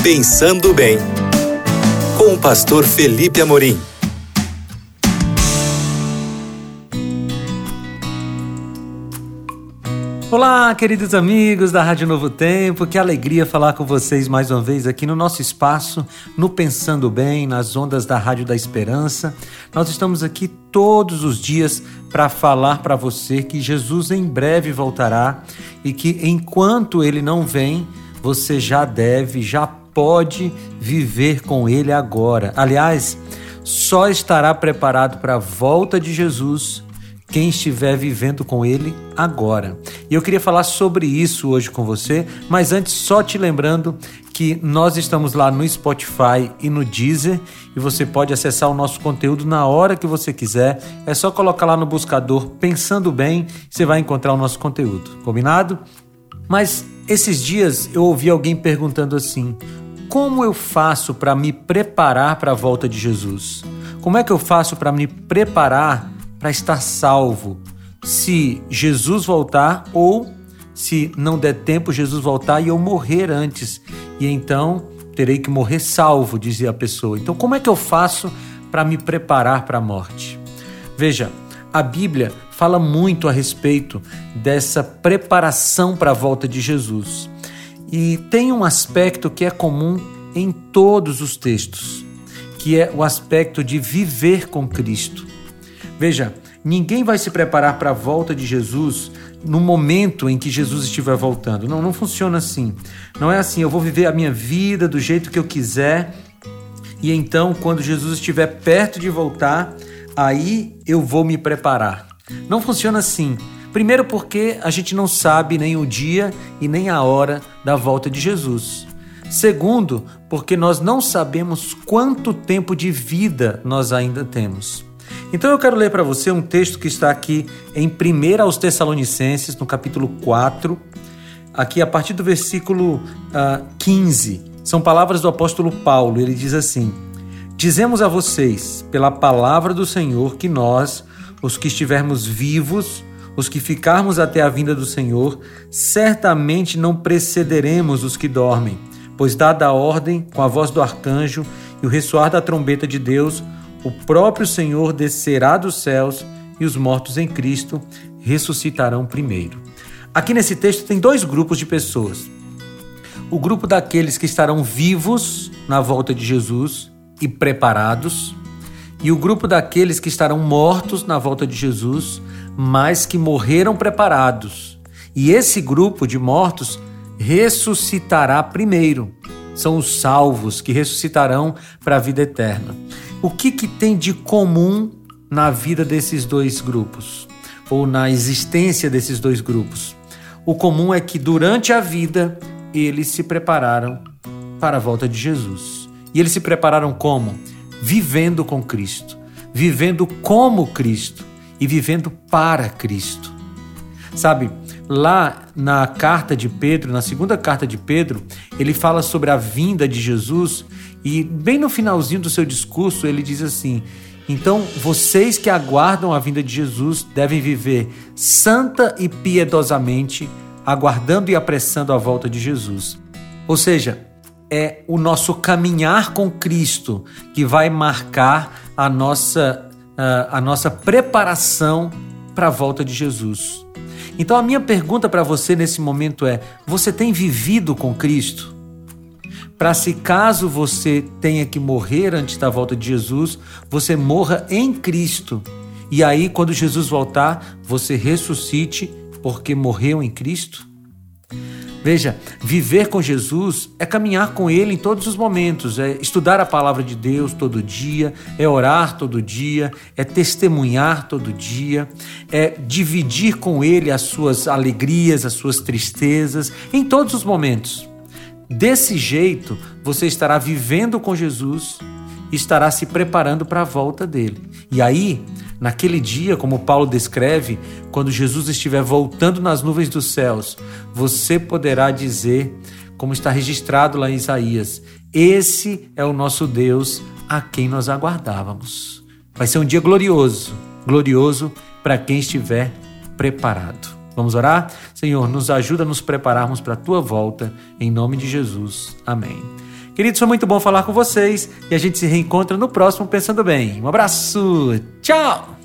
Pensando Bem, com o pastor Felipe Amorim. Olá, queridos amigos da Rádio Novo Tempo, que alegria falar com vocês mais uma vez aqui no nosso espaço, no Pensando Bem, nas ondas da Rádio da Esperança. Nós estamos aqui todos os dias para falar para você que Jesus em breve voltará e que enquanto Ele não vem, você já pode viver com Ele agora. Aliás, só estará preparado para a volta de Jesus quem estiver vivendo com Ele agora. E eu queria falar sobre isso hoje com você, mas antes só te lembrando que nós estamos lá no Spotify e no Deezer e você pode acessar o nosso conteúdo na hora que você quiser. É só colocar lá no buscador Pensando Bem, você vai encontrar o nosso conteúdo. Combinado? Mas esses dias eu ouvi alguém perguntando assim: como eu faço para me preparar para a volta de Jesus? Como é que eu faço para me preparar para estar salvo se Jesus voltar ou se não der tempo Jesus voltar e eu morrer antes? E então terei que morrer salvo, dizia a pessoa. Então como é que eu faço para me preparar para a morte? Veja, a Bíblia fala muito a respeito dessa preparação para a volta de Jesus. E tem um aspecto que é comum em todos os textos, que é o aspecto de viver com Cristo. Veja, ninguém vai se preparar para a volta de Jesus no momento em que Jesus estiver voltando. Não funciona assim. Não é assim, eu vou viver a minha vida do jeito que eu quiser e então, quando Jesus estiver perto de voltar, aí eu vou me preparar. Não funciona assim. Primeiro porque a gente não sabe nem o dia e nem a hora da volta de Jesus. Segundo, porque nós não sabemos quanto tempo de vida nós ainda temos. Então eu quero ler para você um texto que está aqui em 1 aos Tessalonicenses, no capítulo 4, aqui a partir do versículo 15. São palavras do apóstolo Paulo. Ele diz assim: dizemos a vocês, pela palavra do Senhor, que nós, os que estivermos vivos, os que ficarmos até a vinda do Senhor, certamente não precederemos os que dormem, pois dada a ordem, com a voz do arcanjo e o ressoar da trombeta de Deus, o próprio Senhor descerá dos céus e os mortos em Cristo ressuscitarão primeiro. Aqui nesse texto tem dois grupos de pessoas. O grupo daqueles que estarão vivos na volta de Jesus e preparados, e o grupo daqueles que estarão mortos na volta de Jesus, mas que morreram preparados. E esse grupo de mortos ressuscitará primeiro. São os salvos que ressuscitarão para a vida eterna. O que tem de comum na vida desses dois grupos? Ou na existência desses dois grupos? O comum é que durante a vida eles se prepararam para a volta de Jesus. E eles se prepararam como? Vivendo com Cristo, vivendo como Cristo e vivendo para Cristo. Sabe, lá na carta de Pedro, na segunda carta de Pedro, ele fala sobre a vinda de Jesus e bem no finalzinho do seu discurso ele diz assim: então vocês que aguardam a vinda de Jesus devem viver santa e piedosamente, aguardando e apressando a volta de Jesus. Ou seja, é o nosso caminhar com Cristo que vai marcar a nossa preparação para a volta de Jesus. Então a minha pergunta para você nesse momento é: você tem vivido com Cristo? Para se caso você tenha que morrer antes da volta de Jesus, você morra em Cristo. E aí quando Jesus voltar, você ressuscite porque morreu em Cristo? Veja, viver com Jesus é caminhar com Ele em todos os momentos, é estudar a palavra de Deus todo dia, é orar todo dia, é testemunhar todo dia, é dividir com Ele as suas alegrias, as suas tristezas, em todos os momentos. Desse jeito, você estará vivendo com Jesus e estará se preparando para a volta dele. E aí, naquele dia, como Paulo descreve, quando Jesus estiver voltando nas nuvens dos céus, você poderá dizer, como está registrado lá em Isaías: esse é o nosso Deus a quem nós aguardávamos. Vai ser um dia glorioso, glorioso para quem estiver preparado. Vamos orar? Senhor, nos ajuda a nos prepararmos para a Tua volta, em nome de Jesus. Amém. Queridos, foi muito bom falar com vocês e a gente se reencontra no próximo Pensando Bem. Um abraço, tchau!